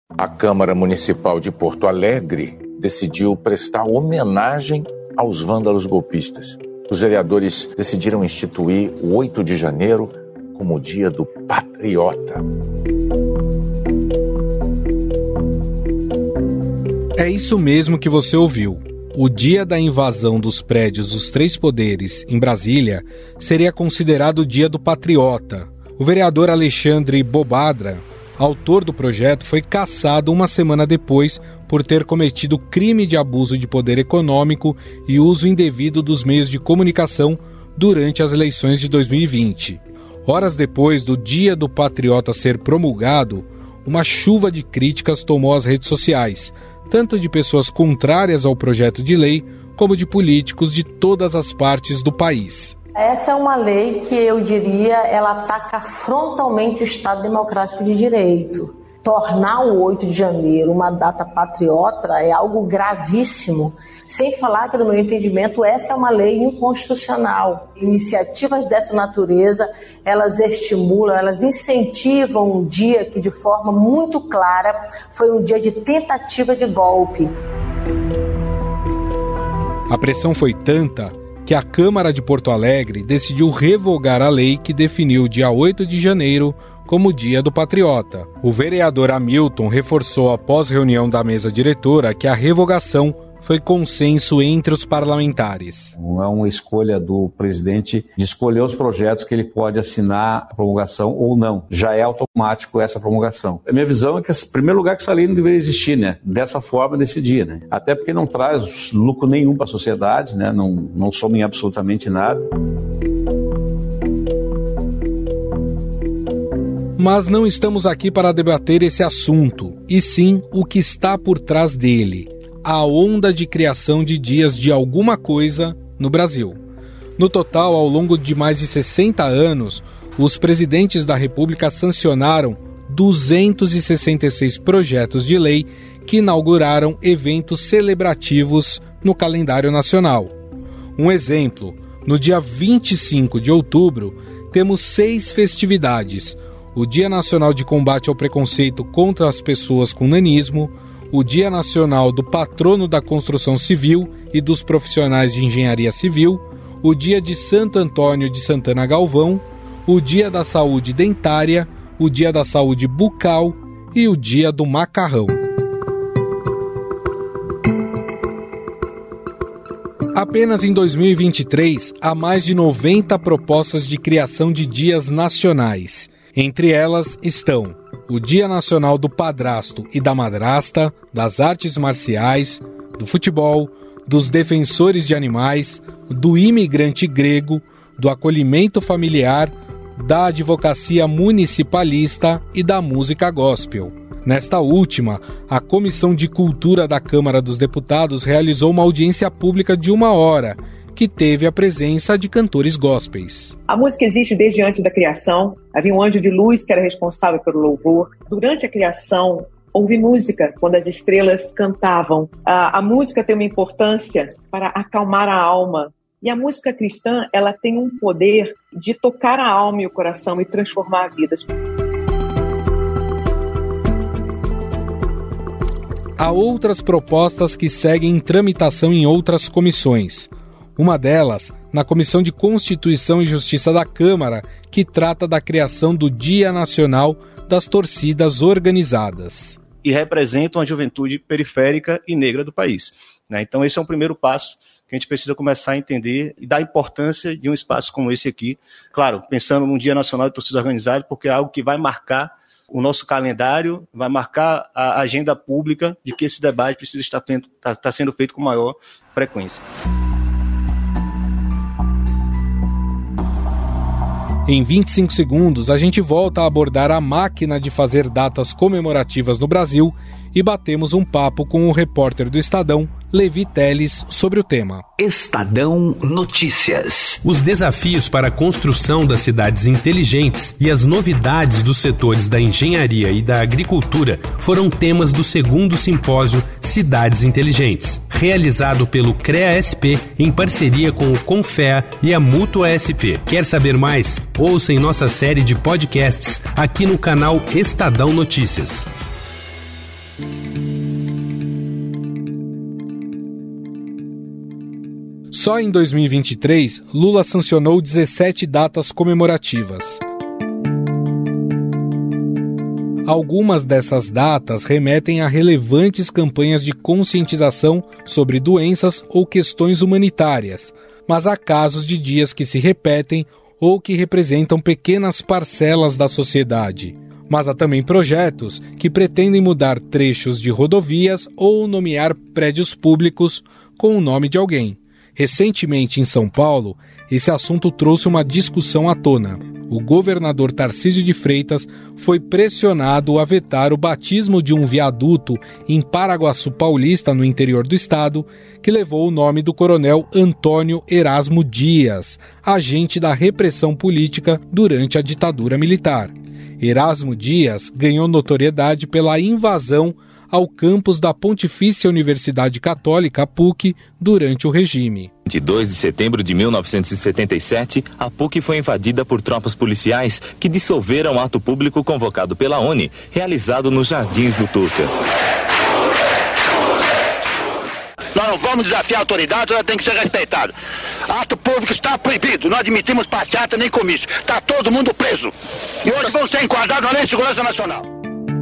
A Câmara Municipal de Porto Alegre decidiu prestar homenagem aos vândalos golpistas. Os vereadores decidiram instituir o 8 de janeiro como o Dia do Patriota. É isso mesmo que você ouviu. O dia da invasão dos prédios dos Três Poderes, em Brasília, seria considerado o Dia do Patriota. O vereador Alexandre Bobadra, autor do projeto, foi cassado uma semana depois por ter cometido crime de abuso de poder econômico e uso indevido dos meios de comunicação durante as eleições de 2020. Horas depois do Dia do Patriota ser promulgado, uma chuva de críticas tomou as redes sociais, tanto de pessoas contrárias ao projeto de lei, como de políticos de todas as partes do país. Essa é uma lei que eu diria, ela ataca frontalmente o Estado Democrático de Direito. Tornar o 8 de janeiro uma data patriota é algo gravíssimo. Sem falar que, no meu entendimento, essa é uma lei inconstitucional. Iniciativas dessa natureza, elas estimulam, elas incentivam um dia que, de forma muito clara, foi um dia de tentativa de golpe. A pressão foi tanta que a Câmara de Porto Alegre decidiu revogar a lei que definiu o dia 8 de janeiro como Dia do Patriota. O vereador Hamilton reforçou após reunião da mesa diretora que a revogação foi consenso entre os parlamentares. Não é uma escolha do presidente de escolher os projetos que ele pode assinar a promulgação ou não. Já é automático essa promulgação. A minha visão é que, em primeiro lugar, que essa lei não deveria existir, né? Dessa forma, desse dia, né? Até porque não traz lucro nenhum para a sociedade, né? Não soma em absolutamente nada. Mas não estamos aqui para debater esse assunto, e sim o que está por trás dele. A onda de criação de dias de alguma coisa no Brasil. No total, ao longo de mais de 60 anos, os presidentes da República sancionaram 266 projetos de lei que inauguraram eventos celebrativos no calendário nacional. Um exemplo, no dia 25 de outubro, temos 6 festividades: o Dia Nacional de Combate ao Preconceito contra as Pessoas com Nanismo, o Dia Nacional do Patrono da Construção Civil e dos Profissionais de Engenharia Civil, o Dia de Santo Antônio de Santana Galvão, o Dia da Saúde Dentária, o Dia da Saúde Bucal e o Dia do Macarrão. Apenas em 2023, há mais de 90 propostas de criação de dias nacionais. Entre elas estão o Dia Nacional do Padrasto e da Madrasta, das Artes Marciais, do Futebol, dos Defensores de Animais, do Imigrante Grego, do Acolhimento Familiar, da Advocacia Municipalista e da Música Gospel. Nesta última, a Comissão de Cultura da Câmara dos Deputados realizou uma audiência pública de 1 hora, que teve a presença de cantores gospels. A música existe desde antes da criação. Havia um anjo de luz que era responsável pelo louvor. Durante a criação, houve música quando as estrelas cantavam. A música tem uma importância para acalmar a alma. E a música cristã, ela tem um poder de tocar a alma e o coração e transformar vidas. Há outras propostas que seguem em tramitação em outras comissões. Uma delas, na Comissão de Constituição e Justiça da Câmara, que trata da criação do Dia Nacional das Torcidas Organizadas. E representam a juventude periférica e negra do país. Então esse é um primeiro passo que a gente precisa começar a entender e dar a importância de um espaço como esse aqui. Claro, pensando num Dia Nacional de Torcidas Organizadas, porque é algo que vai marcar o nosso calendário, vai marcar a agenda pública de que esse debate precisa estar sendo feito com maior frequência. Em 25 segundos, a gente volta a abordar a máquina de fazer datas comemorativas no Brasil e batemos um papo com o repórter do Estadão, Levi Teles, sobre o tema. Estadão Notícias. Os desafios para a construção das cidades inteligentes e as novidades dos setores da engenharia e da agricultura foram temas do 2º simpósio Cidades Inteligentes, realizado pelo CREA-SP em parceria com o Confea e a Mútua SP. Quer saber mais? Ouça em nossa série de podcasts aqui no canal Estadão Notícias. Só em 2023, Lula sancionou 17 datas comemorativas. Algumas dessas datas remetem a relevantes campanhas de conscientização sobre doenças ou questões humanitárias, mas há casos de dias que se repetem ou que representam pequenas parcelas da sociedade. Mas há também projetos que pretendem mudar trechos de rodovias ou nomear prédios públicos com o nome de alguém. Recentemente, em São Paulo, esse assunto trouxe uma discussão à tona. O governador Tarcísio de Freitas foi pressionado a vetar o batismo de um viaduto em Paraguaçu Paulista, no interior do estado, que levou o nome do coronel Antônio Erasmo Dias, agente da repressão política durante a ditadura militar. Erasmo Dias ganhou notoriedade pela invasão ao campus da Pontifícia Universidade Católica, PUC, durante o regime. Em 22 de setembro de 1977, a PUC foi invadida por tropas policiais que dissolveram ato público convocado pela ONU, realizado nos Jardins do Tuca. Nós não vamos desafiar a autoridade, ela tem que ser respeitada. Ato público está proibido, não admitimos passeata nem comício. Está todo mundo preso. E hoje vão ser enquadrados na Lei de Segurança Nacional.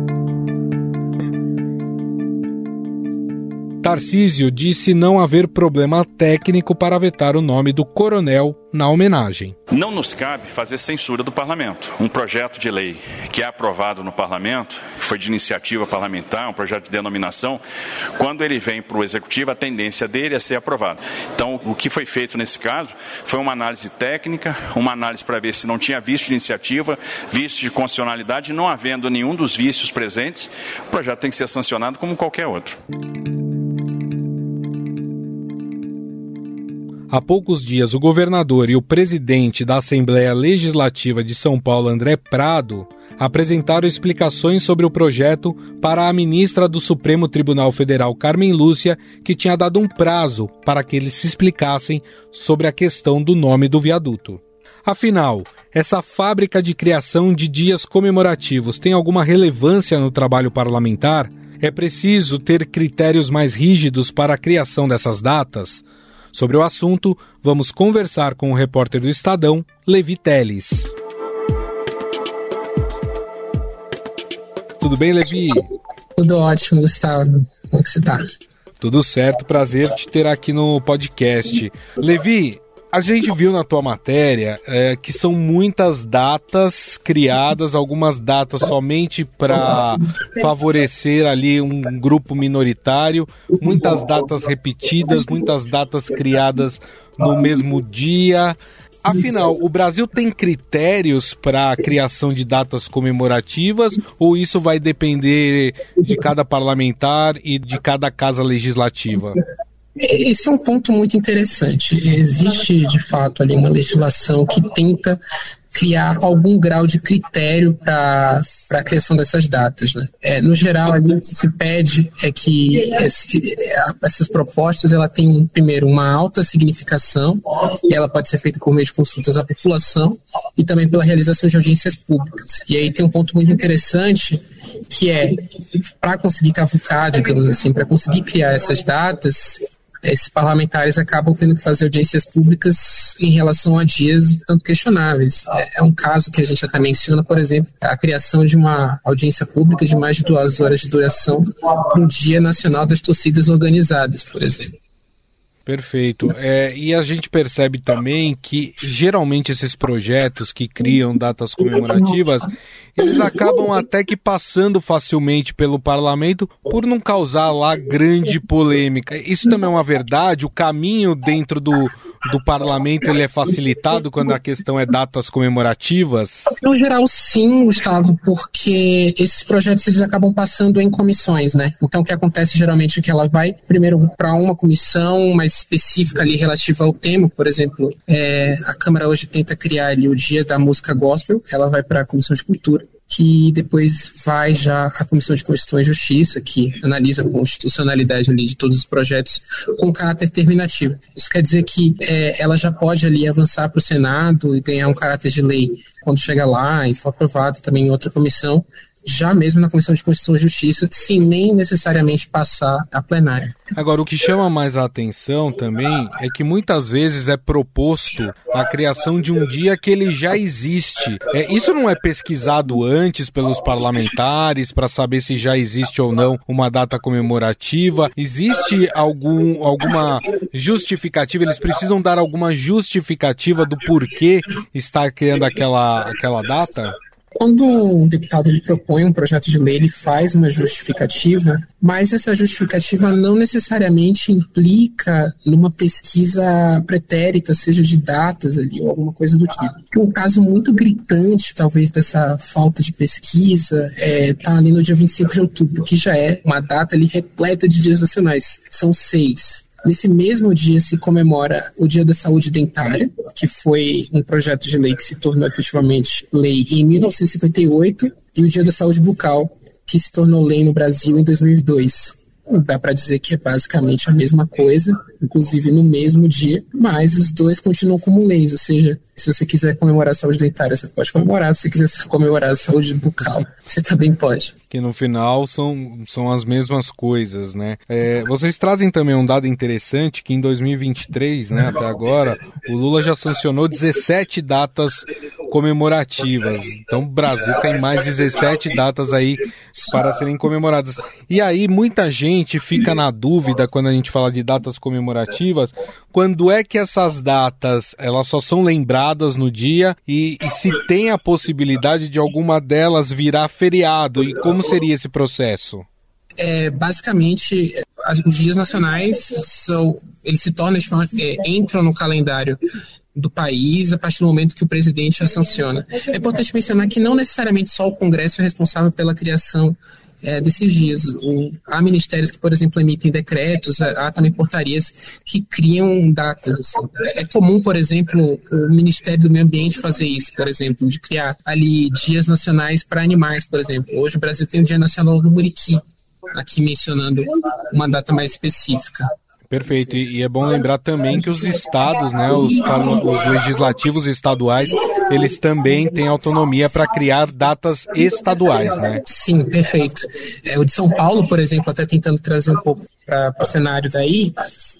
Tarcísio disse não haver problema técnico para vetar o nome do coronel na homenagem. Não nos cabe fazer censura do parlamento. Um projeto de lei que é aprovado no parlamento, que foi de iniciativa parlamentar, um projeto de denominação, quando ele vem para o executivo, a tendência dele é ser aprovado. Então, o que foi feito nesse caso foi uma análise técnica, uma análise para ver se não tinha vício de iniciativa, vício de constitucionalidade, não havendo nenhum dos vícios presentes, o projeto tem que ser sancionado como qualquer outro. Há poucos dias, o governador e o presidente da Assembleia Legislativa de São Paulo, André Prado, apresentaram explicações sobre o projeto para a ministra do Supremo Tribunal Federal, Carmen Lúcia, que tinha dado um prazo para que eles se explicassem sobre a questão do nome do viaduto. Afinal, essa fábrica de criação de dias comemorativos tem alguma relevância no trabalho parlamentar? É preciso ter critérios mais rígidos para a criação dessas datas? Sobre o assunto, vamos conversar com o repórter do Estadão, Levi Teles. Tudo bem, Levi? Tudo ótimo, Gustavo. Como é que você tá? Tudo certo, prazer te ter aqui no podcast. Levi, a gente viu na tua matéria que são muitas datas criadas, algumas datas somente para favorecer ali um grupo minoritário, muitas datas repetidas, muitas datas criadas no mesmo dia. Afinal, o Brasil tem critérios para a criação de datas comemorativas ou isso vai depender de cada parlamentar e de cada casa legislativa? Esse é um ponto muito interessante. Existe, de fato, ali uma legislação que tenta criar algum grau de critério para a criação dessas datas, né? No geral, ali, o que se pede é que essas propostas ela tem, primeiro, uma alta significação, e ela pode ser feita por meio de consultas à população e também pela realização de audiências públicas. E aí tem um ponto muito interessante, que é, para conseguir cavucar, digamos assim, para conseguir criar essas datas, esses parlamentares acabam tendo que fazer audiências públicas em relação a dias tanto questionáveis. É um caso que a gente até menciona, por exemplo, a criação de uma audiência pública de mais de 2 horas de duração para o Dia Nacional das Torcidas Organizadas, por exemplo. Perfeito. E a gente percebe também que, geralmente, esses projetos que criam datas comemorativas, eles acabam até que passando facilmente pelo parlamento por não causar lá grande polêmica. Isso também é uma verdade? O caminho dentro do parlamento ele é facilitado quando a questão é datas comemorativas? No geral, sim, Gustavo, porque esses projetos eles acabam passando em comissões, né? Então, o que acontece geralmente é que ela vai primeiro para uma comissão mais específica ali relativa ao tema. Por exemplo, a Câmara hoje tenta criar ali o Dia da Música Gospel, ela vai para a Comissão de Cultura, que depois vai já à Comissão de Constituição e Justiça, que analisa a constitucionalidade ali de todos os projetos com caráter terminativo. Isso quer dizer que ela já pode ali avançar para o Senado e ganhar um caráter de lei quando chega lá e for aprovado também em outra comissão, já mesmo na Comissão de Constituição e Justiça, sem nem necessariamente passar a plenária. Agora, o que chama mais a atenção também é que muitas vezes é proposto a criação de um dia que ele já existe. Isso não é pesquisado antes pelos parlamentares para saber se já existe ou não uma data comemorativa? Existe alguma justificativa? Eles precisam dar alguma justificativa do porquê está criando aquela data? Quando um deputado ele propõe um projeto de lei, ele faz uma justificativa, mas essa justificativa não necessariamente implica numa pesquisa pretérita, seja de datas ali ou alguma coisa do tipo. Um caso muito gritante, talvez, dessa falta de pesquisa está ali no dia 25 de outubro, que já é uma data ali repleta de dias nacionais. São 6. Nesse mesmo dia se comemora o Dia da Saúde Dentária, que foi um projeto de lei que se tornou efetivamente lei em 1958, e o Dia da Saúde Bucal, que se tornou lei no Brasil em 2002. Dá para dizer que é basicamente a mesma coisa, inclusive no mesmo dia, mas os dois continuam como leis, ou seja, se você quiser comemorar a saúde dentária, você pode comemorar, se você quiser comemorar a saúde bucal, você também pode. Que no final são as mesmas coisas, né? Vocês trazem também um dado interessante que em 2023, né, até agora, o Lula já sancionou 17 datas comemorativas. Então o Brasil tem mais 17 datas aí para serem comemoradas. E aí muita gente fica na dúvida quando a gente fala de datas comemorativas, quando é que essas datas elas só são lembradas no dia e se tem a possibilidade de alguma delas virar feriado, e como seria esse processo? Basicamente, os dias nacionais eles se tornam, entram no calendário do país a partir do momento que o presidente a sanciona. É importante mencionar que não necessariamente só o Congresso é responsável pela criação desses dias. Há ministérios que, por exemplo, emitem decretos, há também portarias que criam datas. É comum, por exemplo, o Ministério do Meio Ambiente fazer isso, por exemplo, de criar ali dias nacionais para animais, por exemplo. Hoje o Brasil tem o Dia Nacional do Muriqui, aqui mencionando uma data mais específica. Perfeito, e é bom lembrar também que os estados, né, os legislativos estaduais, eles também têm autonomia para criar datas estaduais, né? Sim, perfeito. O de São Paulo, por exemplo, até tentando trazer um pouco para o cenário daí,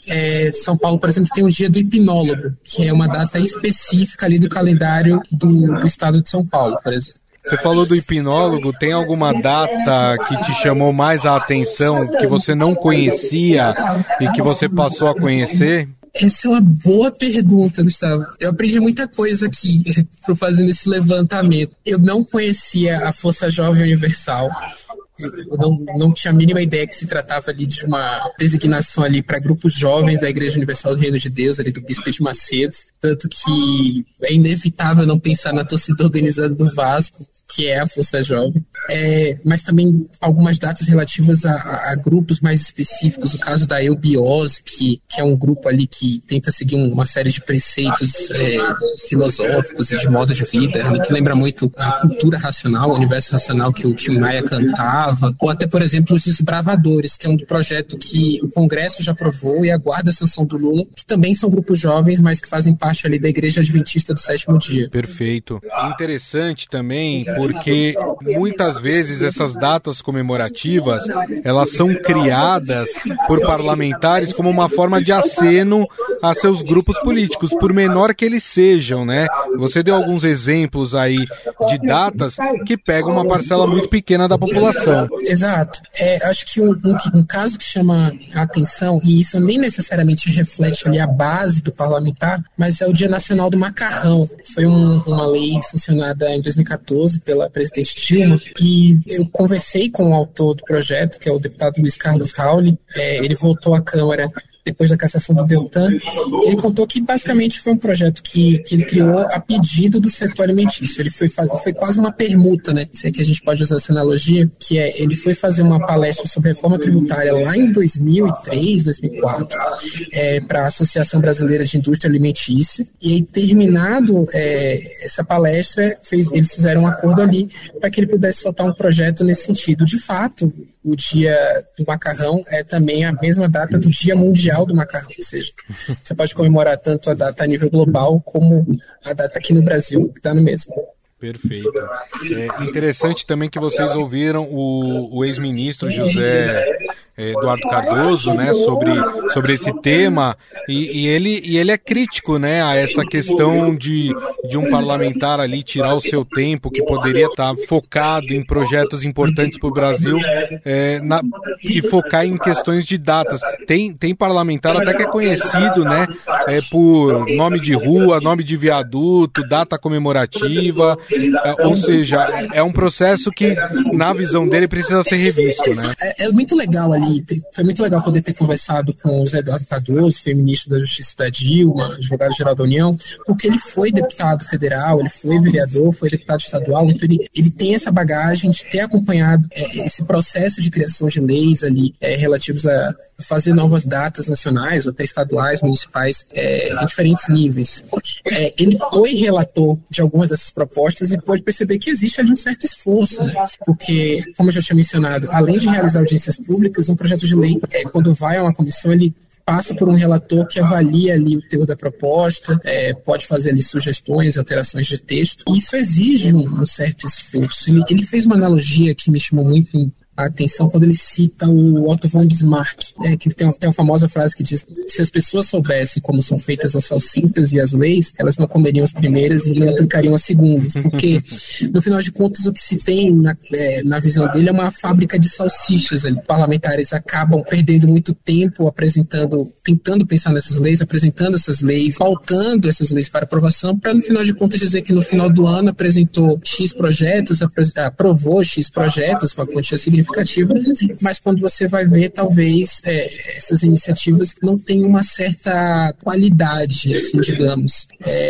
São Paulo, por exemplo, tem o Dia do Hipnólogo, que é uma data específica ali do calendário do estado de São Paulo, por exemplo. Você falou do hipnólogo, tem alguma data que te chamou mais a atenção, que você não conhecia e que você passou a conhecer? Essa é uma boa pergunta, Gustavo. Eu aprendi muita coisa aqui fazendo esse levantamento. Eu não conhecia a Força Jovem Universal. Eu não tinha a mínima ideia que se tratava ali de uma designação ali para grupos jovens da Igreja Universal do Reino de Deus, ali do Bispo de Macedo. Tanto que é inevitável não pensar na torcida organizada do Vasco, que é a Força Jovem, mas também algumas datas relativas a grupos mais específicos, o caso da eubiose, que é um grupo ali que tenta seguir uma série de preceitos filosóficos e de modo de vida, né, que lembra muito a cultura racional, o universo racional que o Tim Maia cantava, ou até, por exemplo, os Desbravadores, que é um projeto que o Congresso já aprovou e aguarda a sanção do Lula, que também são grupos jovens, mas que fazem parte ali da Igreja Adventista do Sétimo Dia. Perfeito. Interessante também, porque muitas vezes essas datas comemorativas, elas são criadas por parlamentares como uma forma de aceno a seus grupos políticos, por menor que eles sejam, né? Você deu alguns exemplos aí de datas que pegam uma parcela muito pequena da população. Exato. Acho que um caso que chama a atenção, e isso nem necessariamente reflete ali a base do parlamentar, mas é o Dia Nacional do Macarrão. Foi uma lei sancionada em 2014 pela presidente Dilma, e eu conversei com o autor do projeto, que é o deputado Luiz Carlos Rauli. Ele voltou à Câmara depois da cassação do Deltan. Ele contou que basicamente foi um projeto que ele criou a pedido do setor alimentício. Ele foi quase uma permuta, né? Se é que a gente pode usar essa analogia, que ele foi fazer uma palestra sobre reforma tributária lá em 2003, 2004, para a Associação Brasileira de Indústria Alimentícia, e aí, terminado essa palestra, eles fizeram um acordo ali para que ele pudesse soltar um projeto nesse sentido. De fato, o Dia do Macarrão é também a mesma data do Dia Mundial do Macarrão, ou seja, você pode comemorar tanto a data a nível global como a data aqui no Brasil, que está no mesmo. Perfeito. É interessante também que vocês ouviram o ex-ministro José Eduardo Cardoso, né, sobre esse tema, e ele é crítico, né, a essa questão de um parlamentar ali tirar o seu tempo, que poderia estar focado em projetos importantes para o Brasil, e focar em questões de datas. Tem parlamentar até que é conhecido, né, por nome de rua, nome de viaduto, data comemorativa, ou seja, é um processo que, na visão dele, precisa ser revisto, né? É muito legal ali, foi muito legal poder ter conversado com o José Eduardo Cardoso, foi ministro da Justiça da Dilma, advogado-geral da União, porque ele foi deputado federal, ele foi vereador, foi deputado estadual, então ele tem essa bagagem de ter acompanhado esse processo de criação de leis ali relativos a fazer novas datas nacionais ou até estaduais, municipais, em diferentes níveis. Ele foi relator de algumas dessas propostas e pôde perceber que existe ali um certo esforço, né? Porque, como eu já tinha mencionado, além de realizar audiências públicas, um projeto de lei, quando vai a uma comissão, ele passa por um relator que avalia ali o teor da proposta, pode fazer ali sugestões, alterações de texto. E isso exige um certo esforço. Ele fez uma analogia que me chamou muito a atenção quando ele cita o Otto von Bismarck, que tem uma famosa frase que diz: se as pessoas soubessem como são feitas as salsichas e as leis, elas não comeriam as primeiras e não aplicariam as segundas, porque no final de contas o que se tem na visão dele é uma fábrica de salsichas. Parlamentares acabam perdendo muito tempo tentando pensar nessas leis, apresentando essas leis, pautando essas leis para aprovação, para no final de contas dizer que no final do ano apresentou X projetos, aprovou X projetos com a quantia significativa, mas quando você vai ver, talvez essas iniciativas não têm uma certa qualidade, assim, digamos,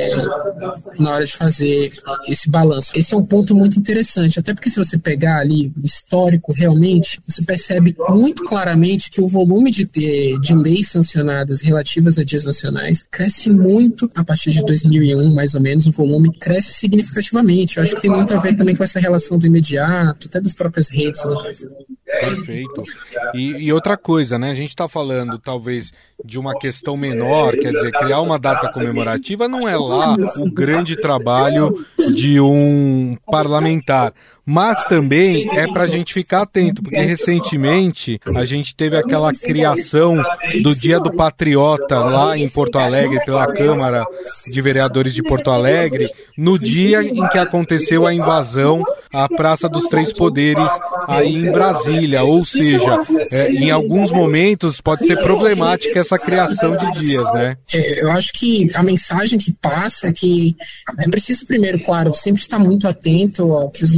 na hora de fazer esse balanço. Esse é um ponto muito interessante, até porque se você pegar ali o histórico realmente, você percebe muito claramente que o volume de leis sancionadas relativas a dias nacionais cresce muito a partir de 2001, mais ou menos, o volume cresce significativamente. Eu acho que tem muito a ver também com essa relação do imediato, até das próprias redes, né? Perfeito. E outra coisa, né? A gente está falando talvez de uma questão menor, quer dizer, criar uma data comemorativa não é lá o grande trabalho de um parlamentar. Mas também é para a gente ficar atento, porque recentemente a gente teve aquela criação do Dia do Patriota lá em Porto Alegre, pela Câmara de Vereadores de Porto Alegre, no dia em que aconteceu a invasão à Praça dos Três Poderes, aí em Brasília. Ou seja, em alguns momentos pode ser problemática essa criação de dias, né? Eu acho que a mensagem que passa é que é preciso, primeiro, claro, sempre estar muito atento ao que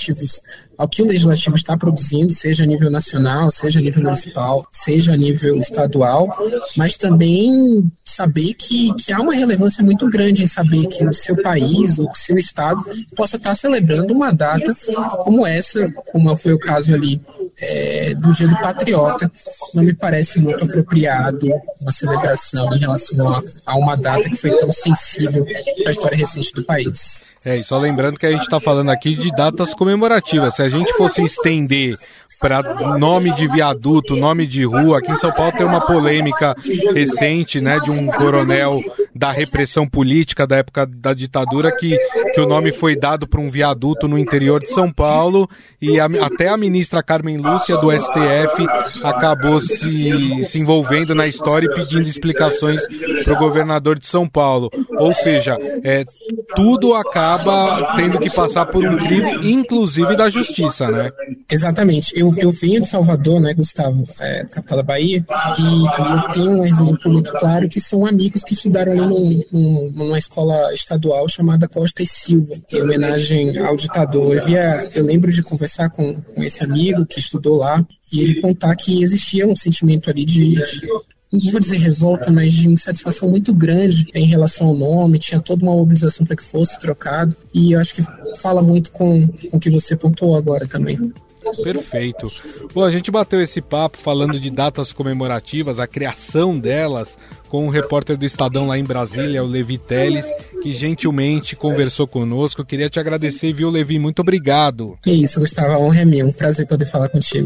o legislativo está produzindo, seja a nível nacional, seja a nível municipal, seja a nível estadual, mas também saber que há uma relevância muito grande em saber que o seu país ou o seu estado possa estar celebrando uma data como essa, como foi o caso ali do Dia do Patriota. Não me parece muito apropriado uma celebração em relação a uma data que foi tão sensível para a história recente do país. E só lembrando que a gente está falando aqui de datas comemorativas. Se a gente fosse estender para nome de viaduto, nome de rua, aqui em São Paulo tem uma polêmica recente, né, de um coronel da repressão política da época da ditadura que o nome foi dado para um viaduto no interior de São Paulo e até a ministra Carmen Lúcia do STF acabou se envolvendo na história e pedindo explicações para o governador de São Paulo. Ou seja, tudo acaba tendo que passar por um crivo, inclusive da justiça, né? Exatamente. Eu venho de Salvador, né, Gustavo, capital da Bahia, e eu tenho um exemplo muito claro que são amigos que estudaram ali numa escola estadual chamada Costa e Silva, em homenagem ao ditador. Eu lembro de conversar com esse amigo que estudou lá e ele contar que existia um sentimento ali de não vou dizer revolta, mas de insatisfação muito grande em relação ao nome. Tinha toda uma mobilização para que fosse trocado, e eu acho que fala muito com o que você pontuou agora também. Perfeito. Bom, a gente bateu esse papo falando de datas comemorativas, a criação delas, com o repórter do Estadão lá em Brasília, o Levi Teles, que gentilmente conversou conosco. Eu queria te agradecer, viu, Levi? Muito obrigado. É isso, Gustavo. A honra é minha. Um prazer poder falar contigo.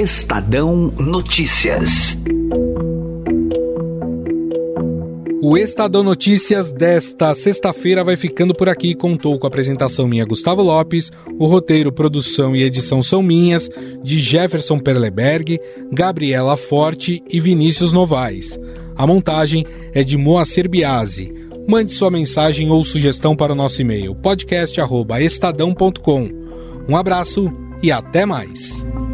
Estadão Notícias. O Estadão Notícias desta sexta-feira vai ficando por aqui. Contou com a apresentação minha, Gustavo Lopes, o roteiro, produção e edição são minhas, de Jefferson Perleberg, Gabriela Forte e Vinícius Novaes. A montagem é de Moacir Biasi. Mande sua mensagem ou sugestão para o nosso e-mail, podcast@estadão.com. Um abraço e até mais.